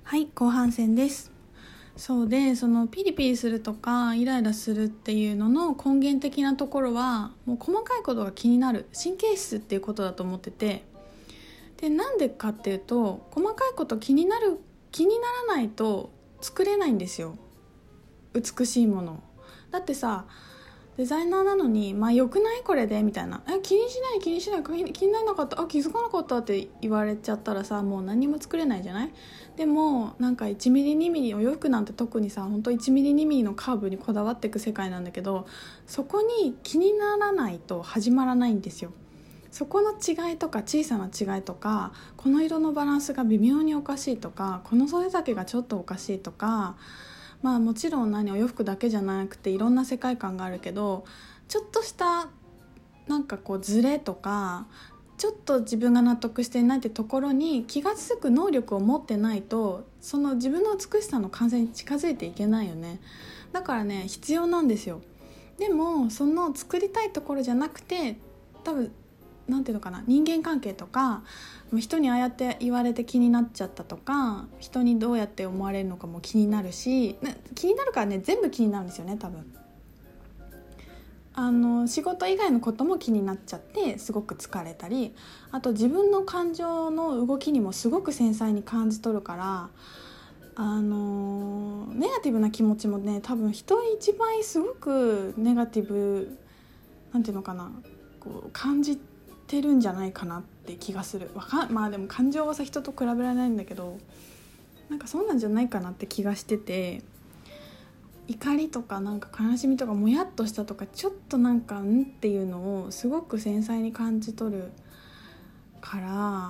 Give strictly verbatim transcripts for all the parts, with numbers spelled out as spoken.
はい、後半戦です。そうで、そのピリピリするとかイライラするっていうのの根源的なところは、もう細かいことが気になる神経質っていうことだと思ってて、でなんでかっていうと、細かいこと気になる気にならないと作れないんですよ、美しいもの。だってさ、デザイナーなのに、まあ良くないこれでみたいな、え気にしない気にしない気に気にならなかった、あ気づかなかったって言われちゃったらさ、もう何も作れないじゃない。でもなんかいちミリにミリ、お洋服なんて特にさ、ほんといちミリにミリのカーブにこだわっていく世界なんだけど、そこに気にならないと始まらないんですよ。そこの違いとか、小さな違いとか、この色のバランスが微妙におかしいとか、この袖丈がちょっとおかしいとか、まあもちろん何お洋服だけじゃなくていろんな世界観があるけど、ちょっとしたなんかこうズレとか、ちょっと自分が納得していないってところに気が付く能力を持ってないと、その自分の美しさの完成に近づいていけないよね。だからね、必要なんですよ。でもその作りたいところじゃなくて、多分なんていうのかな、人間関係とか、人にああやって言われて気になっちゃったとか、人にどうやって思われるのかも気になるし、気になるからね、全部気になるんですよね。多分あの仕事以外のことも気になっちゃって、すごく疲れたり、あと自分の感情の動きにもすごく繊細に感じ取るから、あのネガティブな気持ちもね、多分人一番すごくネガティブなんていうのかな、こう感じてるんじゃないかなって気がする。わかまあでも感情はさ、人と比べられないんだけど、なんかそうなんじゃないかなって気がしてて、怒りとかなんか悲しみとかもやっとしたとか、ちょっとなんかんっていうのをすごく繊細に感じ取るから、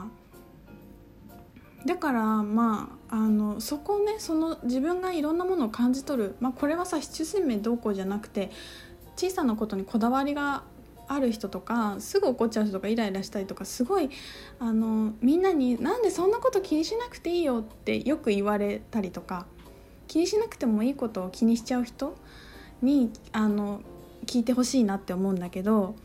だからまあ、あのそこをね、その自分がいろんなものを感じ取る、まあ、これはさ七水面どうこうじゃなくて、小さなことにこだわりがある人とか、すぐ怒っちゃう人とか、イライラしたりとか、すごいあのみんなになんでそんなこと気にしなくていいよってよく言われたりとか、気にしなくてもいいことを気にしちゃう人にあの聞いてほしいなって思うんだけど、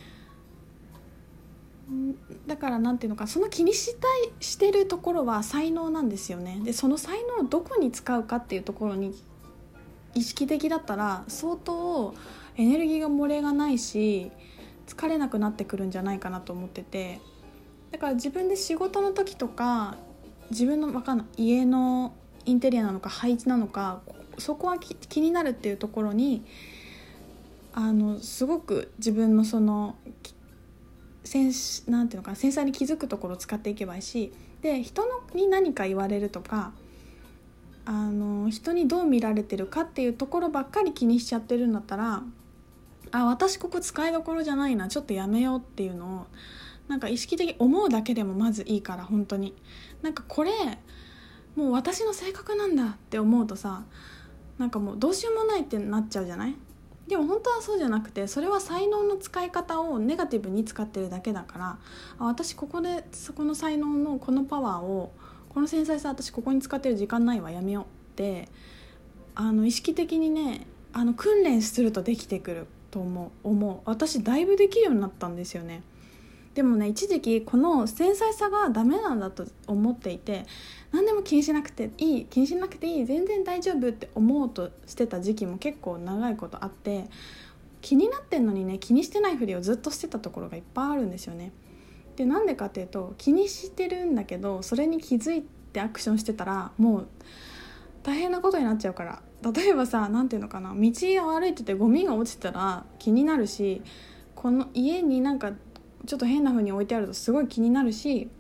だからなんていうのか、その気にしたいしてるところは才能なんですよね。でその才能をどこに使うかっていうところに意識的だったら、相当エネルギーが漏れがないし、疲れなくなってくるんじゃないかなと思ってて、だから自分で仕事の時とか、自分のわかんない家のインテリアなのか配置なのか、そこは気になるっていうところに、あのすごく自分のそのセンスなんていうのか、繊細に気づくところを使っていけばいいし、で人に何か言われるとか、あの人にどう見られてるかっていうところばっかり気にしちゃってるんだったら、あ私ここ使いどころじゃないな、ちょっとやめようっていうのをなんか意識的に思うだけでもまずいいから、本当になんかこれもう私の性格なんだって思うとさ、なんかもうどうしようもないってなっちゃうじゃない。でも本当はそうじゃなくて、それは才能の使い方をネガティブに使ってるだけだから、あ私ここでそこの才能のこのパワーを、この繊細さ私ここに使ってる時間ないわ、やめようってあの意識的にね、あの訓練するとできてくると思う思う私だいぶできるようになったんですよね。でもね、一時期この繊細さがダメなんだと思っていて、何でも気にしなくていい気にしなくていい全然大丈夫って思おうとしてた時期も結構長いことあって、気になってんのにね、気にしてないふりをずっとしてたところがいっぱいあるんですよね。でなんでかっていうと、気にしてるんだけどそれに気づいてアクションしてたらもう大変なことになっちゃうから。例えばさ、なんていうのかな、道を歩いててゴミが落ちたら気になるし、この家になんかちょっと変な風に置いてあるとすごい気になるし、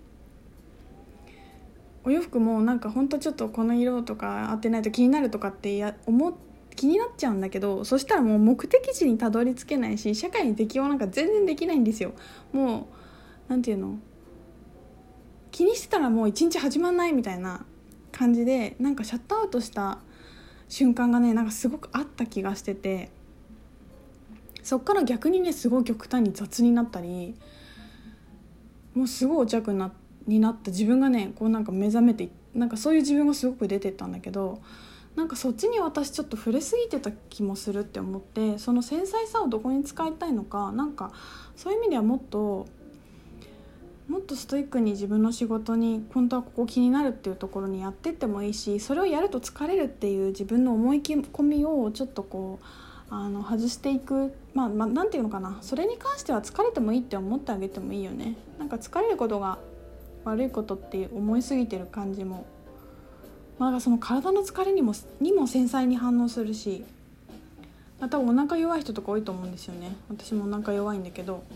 お洋服もなんかほんとちょっとこの色とか合ってないと気になるとかってや思っ気になっちゃうんだけど、そしたらもう目的地にたどり着けないし、社会に適応なんか全然できないんですよ。もうなんていうの、気にしてたらもう一日始まんないみたいな感じで、なんかシャットアウトした瞬間がね、なんかすごくあった気がしてて、そっから逆にね、すごい極端に雑になったり、もうすごいお茶くなになった自分がね、こうなんか目覚めて、なんかそういう自分がすごく出てったんだけど、なんかそっちに私ちょっと触れすぎてた気もするって思って、その繊細さをどこに使いたいのか、なんかそういう意味ではもっともっとストイックに自分の仕事に本当はここ気になるっていうところにやってってもいいし、それをやると疲れるっていう自分の思い込みをちょっとこうあの外していく、まあ、まあ、なんていうのかな、それに関しては疲れてもいいって思ってあげてもいいよね。なんか疲れることが悪いことって思いすぎてる感じも、まあ、なんかその体の疲れにもにも繊細に反応するし、またお腹弱い人とか多いと思うんですよね。私もお腹弱いんだけど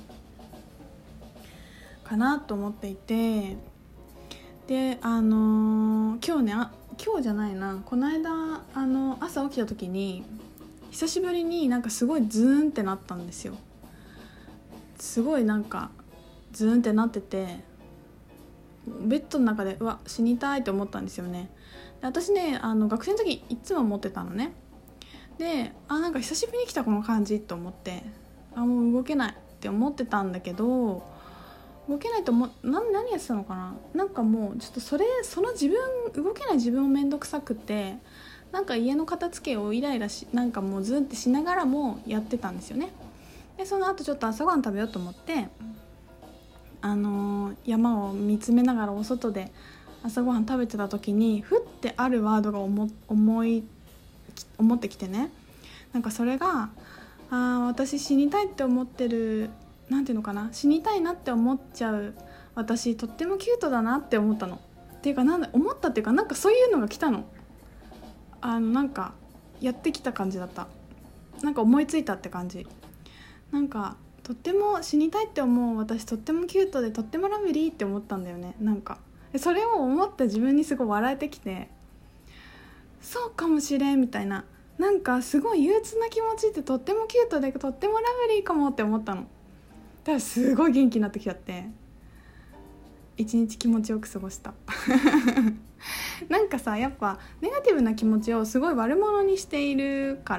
かなと思っていて、であのー、今日ねあ今日じゃないなこの間あの朝起きた時に久しぶりになんかすごいズーンってなったんですよ。すごいなんかズーンってなってて、ベッドの中でうわ死にたいと思ったんですよね。で私ねあの学生の時いつも思ってたのね。であなんか久しぶりに来たこの感じと思って、あもう動けないって思ってたんだけど、動けないと思な何やってたのかな、なんかもうちょっとそれその自分動けない自分もめんどくさくて、なんか家の片付けをイライラしなんかもうずってしながらもやってたんですよね。でその後ちょっと朝ごはん食べようと思ってあのー、山を見つめながらお外で朝ごはん食べてた時にふってあるワードが思思い思ってきてね、なんかそれがあ私死にたいって思ってる、なんていうのかな、死にたいなって思っちゃう私とってもキュートだなって思ったの。っていうかなんだ思ったっていうかなんかそういうのが来たの。あのなんかやってきた感じだった。なんか思いついたって感じ。なんかとっても死にたいって思う私とってもキュートでとってもラブリーって思ったんだよね。なんかそれを思った自分にすごい笑えてきて、そうかもしれんみたいな、なんかすごい憂鬱な気持ちってとってもキュートでとってもラブリーかもって思ったの。だからすごい元気になってきちゃって一日気持ちよく過ごしたなんかさやっぱネガティブな気持ちをすごい悪者にしているから、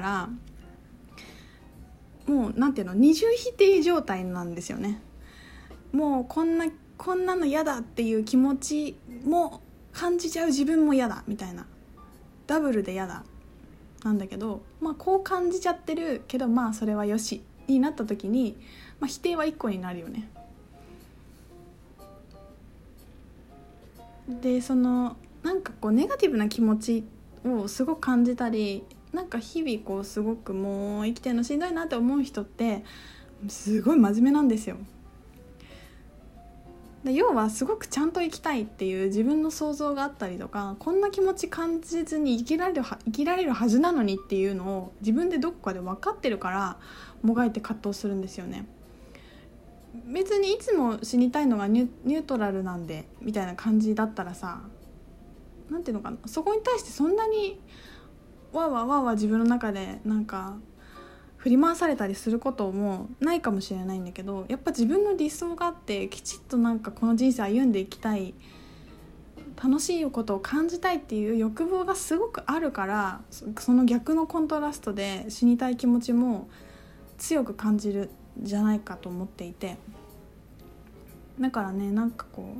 もうなんていうの二重否定状態なんですよね。もうこんなこんなの嫌だっていう気持ちも感じちゃう自分も嫌だみたいな、ダブルで嫌だなんだけど、まあこう感じちゃってるけどまあそれはよしになった時に、まあ、否定はいっこになるよね。でそのなんかこうネガティブな気持ちをすごく感じたり、なんか日々こうすごくもう生きてるのしんどいなって思う人ってすごい真面目なんですよ。で要はすごくちゃんと生きたいっていう自分の想像があったりとか、こんな気持ち感じずに生きられるは生きられるはずなのにっていうのを自分でどこかで分かってるからもがいて葛藤するんですよね。別にいつも死にたいのがニュ、ニュートラルなんでみたいな感じだったらさ、なんていうのかな、そこに対してそんなにわーわーわーわー自分の中でなんか振り回されたりすることもないかもしれないんだけど、やっぱ自分の理想があってきちっとなんかこの人生歩んでいきたい、楽しいことを感じたいっていう欲望がすごくあるから、その逆のコントラストで死にたい気持ちも強く感じるんじゃないかと思っていて、だからねなんかこう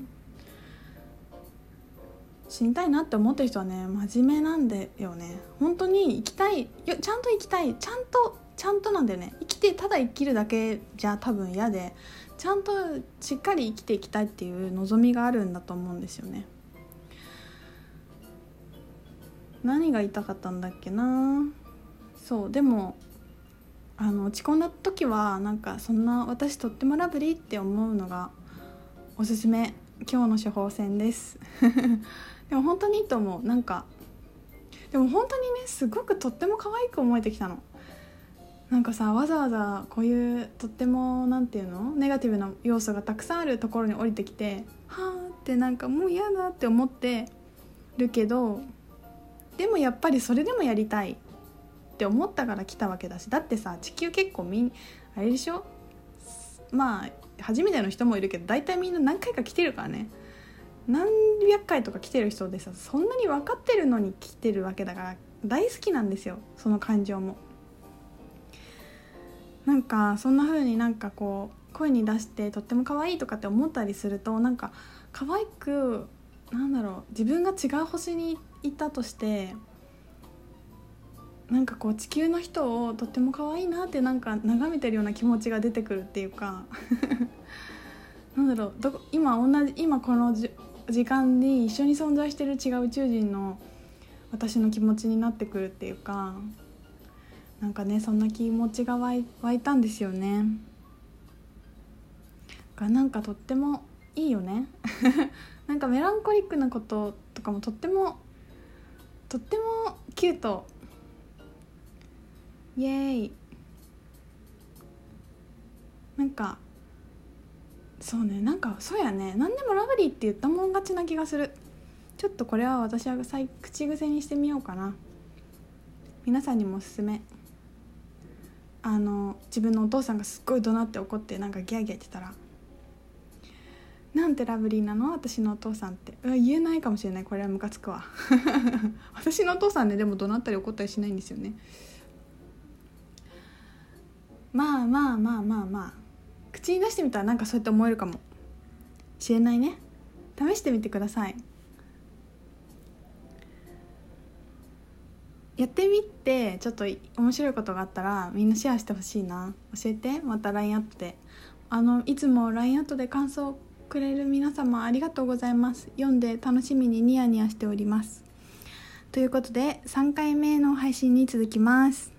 死にたいなって思ってる人はね真面目なんだよね。本当に生きたいよ、ちゃんと生きたい、ちゃんとちゃんとなんだよね。生きてただ生きるだけじゃ多分嫌で、ちゃんとしっかり生きていきたいっていう望みがあるんだと思うんですよね。何が言いたかったんだっけな。そうでもあの落ち込んだ時はなんかそんな私とってもラブリーって思うのがおすすめ、今日の処方箋ですでも本当にいいと思う。なんかでも本当にねすごくとっても可愛く思えてきたの。なんかさわざわざこういうとってもなんていうのネガティブな要素がたくさんあるところに降りてきて、はーってなんかもう嫌だって思ってるけど、でもやっぱりそれでもやりたいって思ったから来たわけだし、だってさ地球結構みんあれでしょ、まあ初めての人もいるけど大体みんな何回か来てるからね、何百回とか来てる人でさ、そんなに分かってるのに来てるわけだから大好きなんですよ、その感情も。なんかそんな風になんかこう声に出してとっても可愛いとかって思ったりすると、なんか可愛くなんだろう、自分が違う星にいたとしてなんかこう地球の人をとっても可愛いなってなんか眺めてるような気持ちが出てくるっていうかなんだろうどこ今同じ今このじ時間に一緒に存在してる違う宇宙人の私の気持ちになってくるっていうか、なんかねそんな気持ちが湧い、湧いたんですよね。がなんかとってもいいよねなんかメランコリックなこととかもとってもとってもキュート。イエーイ。なんかそうね、なんかそうやね、何でもラブリーって言ったもん勝ちな気がする。ちょっとこれは私は口癖にしてみようかな。皆さんにもおすすめ。あの自分のお父さんがすっごい怒鳴って怒ってなんかギャーギャー言ってたら、なんてラブリーなの私のお父さんって、うわ言えないかもしれない。これはムカつくわ私のお父さんねでも怒鳴ったり怒ったりしないんですよね。まあまあまあまあまあ口に出してみたらなんかそうやって思えるかもしれないね。試してみてください。やってみてちょっと面白いことがあったらみんなシェアしてほしいな。教えて、また ライン アットで。あのいつも ライン アットで感想くれる皆様ありがとうございます。読んで楽しみにニヤニヤしております。ということでさんかいめの配信に続きます。